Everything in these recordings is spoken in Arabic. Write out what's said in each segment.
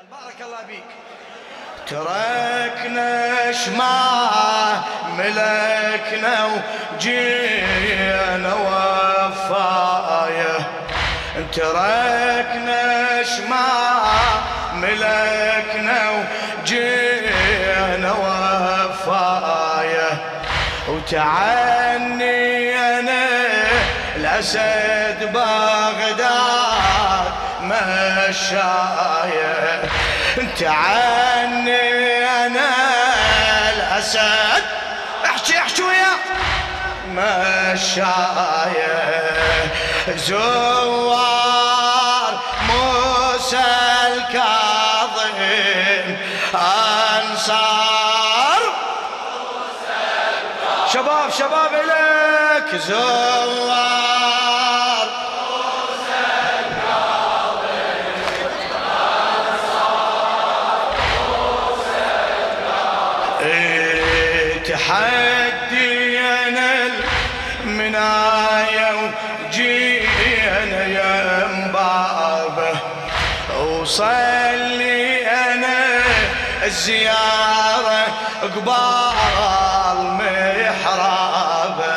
بارك الله بيك. تركنا شما ملكنا وجينا وفاية، تركنا شما ملكنا وجينا وفاية، وتعني أنا الأسد بغداد مشاية، تعني أنا الأسد احكي ويا مشاية، زوار موسى الكاظم أنصار شباب إليك، زوار موسى الكاظم أنصار موسى الكاظم، تحدينا المنايا وجينا يم بابه، وصلي أنا الزيارة قبال محرابه،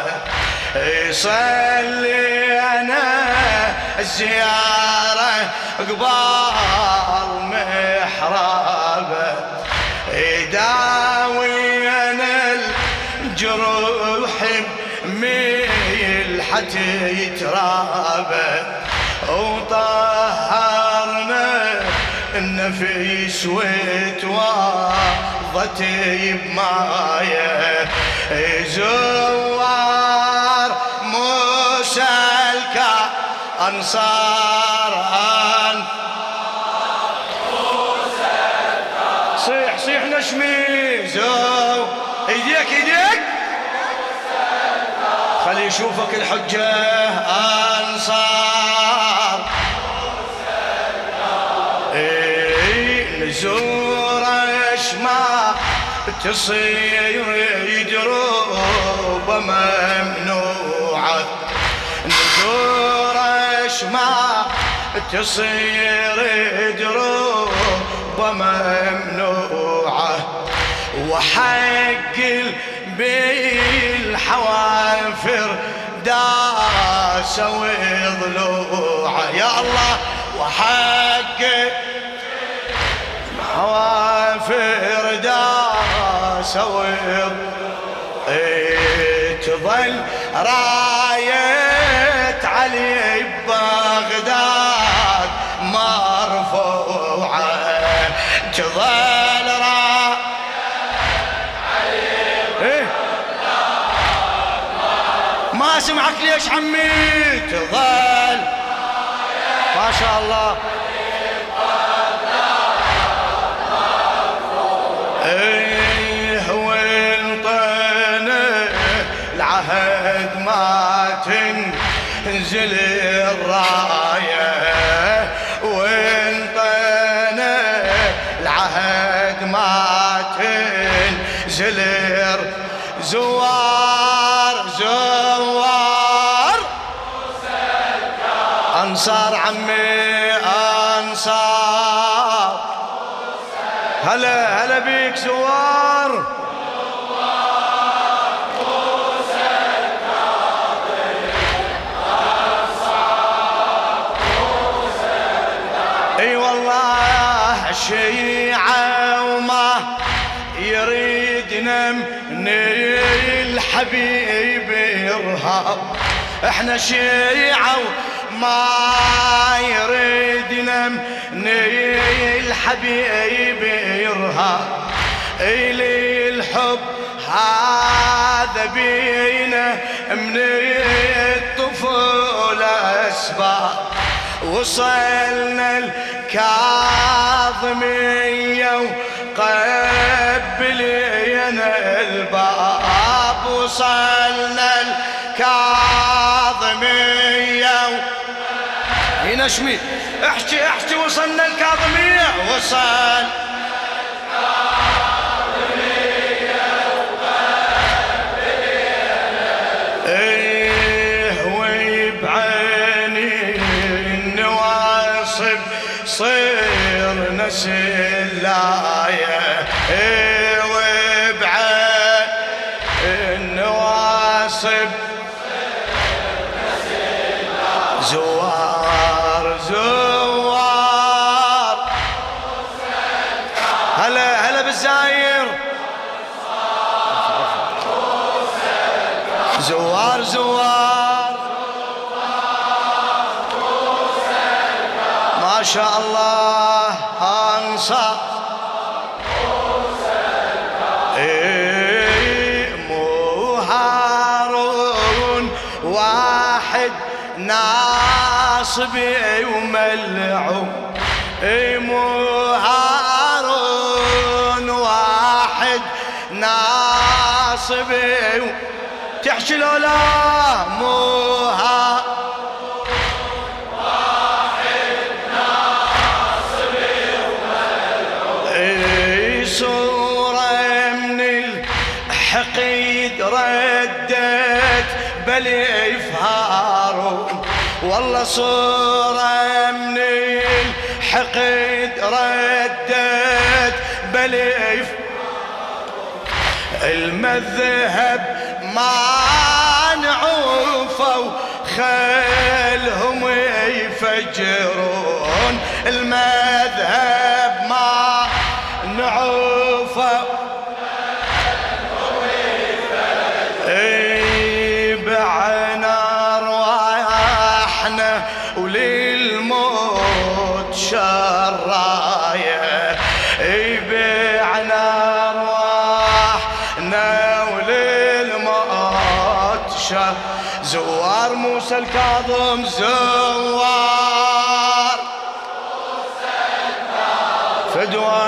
صلي أنا الزيارة قبال محرابه، داوي أنا الجروح ملحة يترابه، وطهرنا النفس وتوضتي بمايه، زوار موسى الكأنصار صيح نشمي زو ايديك خلي يشوفك الحجة أنصار، نزور ما تصير دروب ممنوعة، نزور ما تصير دروب ممنوعة، وحق بالحوافر داسة وضلوعة، يا الله وحق حوافر داسة وضلوعة، تظل راية علي ببغداد مرفوعة، تظل راية علي ببغداد ما سمعك ليش عمي، تظل ما شاء الله العهد ما تنزل الراية، وانطينا العهد ما تنزل زوار أنصار عمي أنصار، هلا بيك زوار الشيعة وما يريدنا من الحبيب إرهاب، احنا شيعة وما يريدنا من الحبيب إرهاب، إلي الحب هذا بينا من الطفولة أسباب، وصلنا الكاظمية وقبلينا الباب، وصلنا الكاظمية ينشمي احكي وصلنا الكاظمية وصل صرنا سلاية وبعين النواصب زوار زوار هلا هلا بالزاير زوار زوار ما شاء الله انصار مو هارون واحد ناصبي وملعون مو هارون واحد ناصبي تحشي لولا مو واحد ناصبي وملعون صورة من الحقيد ردت بليف هارون والله صورة من الحقد ردت بليف المذهب ما نعوفوا خلهم يفجرون المذهب ما نعوفوا بعنا رواحنا وللموت شرايه بعنا رواحنا وللموت زوار موسى الكاظم زوار موسى الكاظم فدوى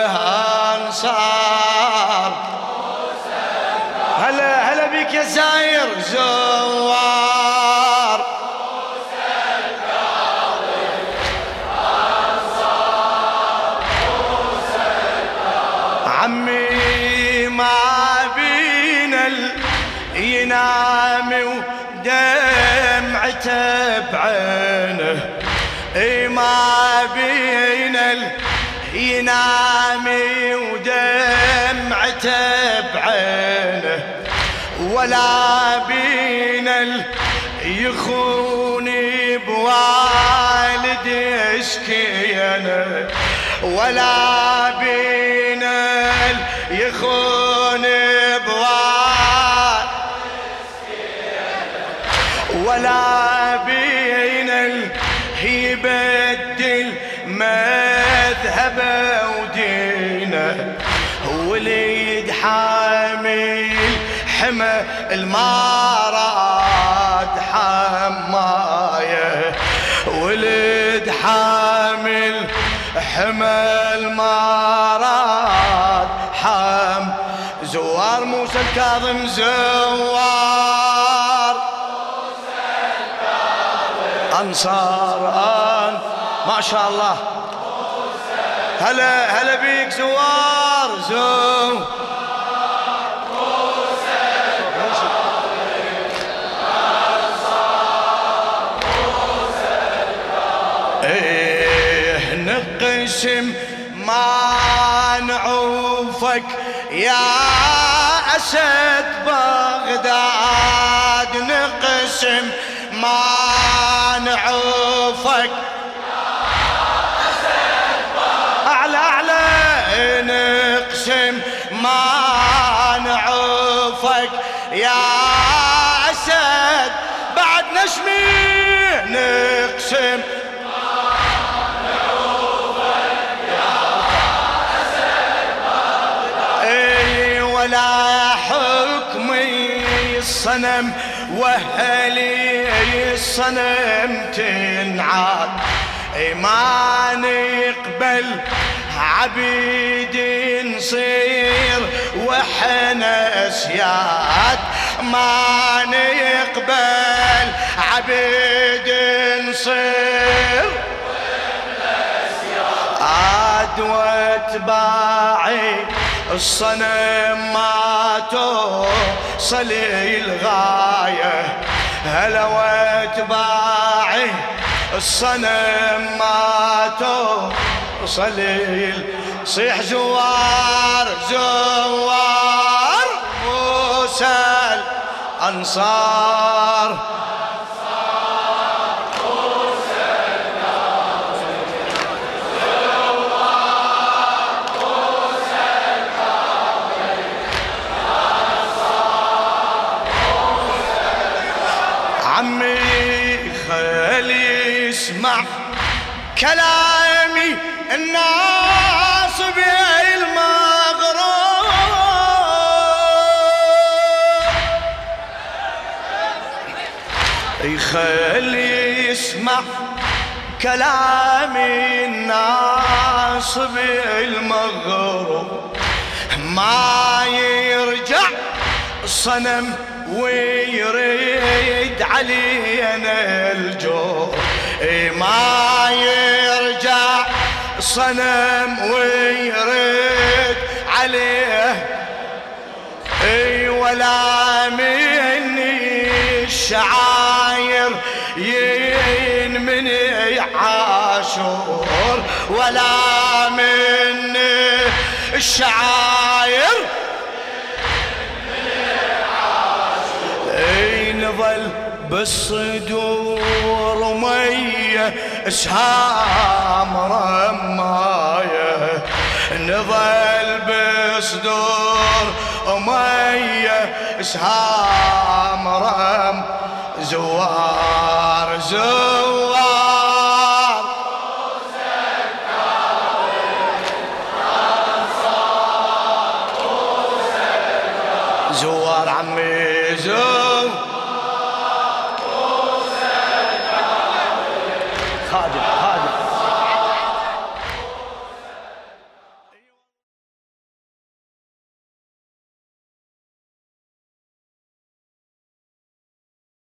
انصار هلا هلا بيك يا زاير زوار موسى الكاظم انصار موسى الكاظم عمي ما بينا ينام ودمعته بعينه ما بينا ينام ودمعته بعينه ولا بينا يخوني بوالدي اشكينا ولا بينا يخوني بوالدي ولا بينا يبدل مذهبه ودينه وليد حامل حمى المارات حمايه ولد حامل حمى المارات حم زوار موسى الكاظم زوار موسى الكاظم انصار ما شاء الله هلا هلا بيك زوار زوار نقسم ما نعوفك يا أسد بغداد نقسم ما نعوفك يا أسد بغداد أعلى أعلى نقسم ما نعوفك يا أسد بعد نشمي نقسم ولا حكمي الصنم واهلي الصنم تنعاد ما نقبل عبيد نصير وحنا اسياد ما نقبل عبيد نصير عاد واتباعي الصنم ما توصل الغاية هلا واتباعي الصنم ما توصل صليل صيح زوار زوار موسى الأنصار عمي خلي اسمع كلامي الناس بالمغرور يخلي يسمع كلامي الناس بالمغرور ما يرجع الصنم ويريد علينا الجور ما يرجع صنم ويرد عليه ولا مني الشعاير ينمني عاشور ولا مني الشعاير نظل بالصدور مية اسهام رماية نظل بالصدور مية اسهام رم زوار زوار زوار عمي زوار خادم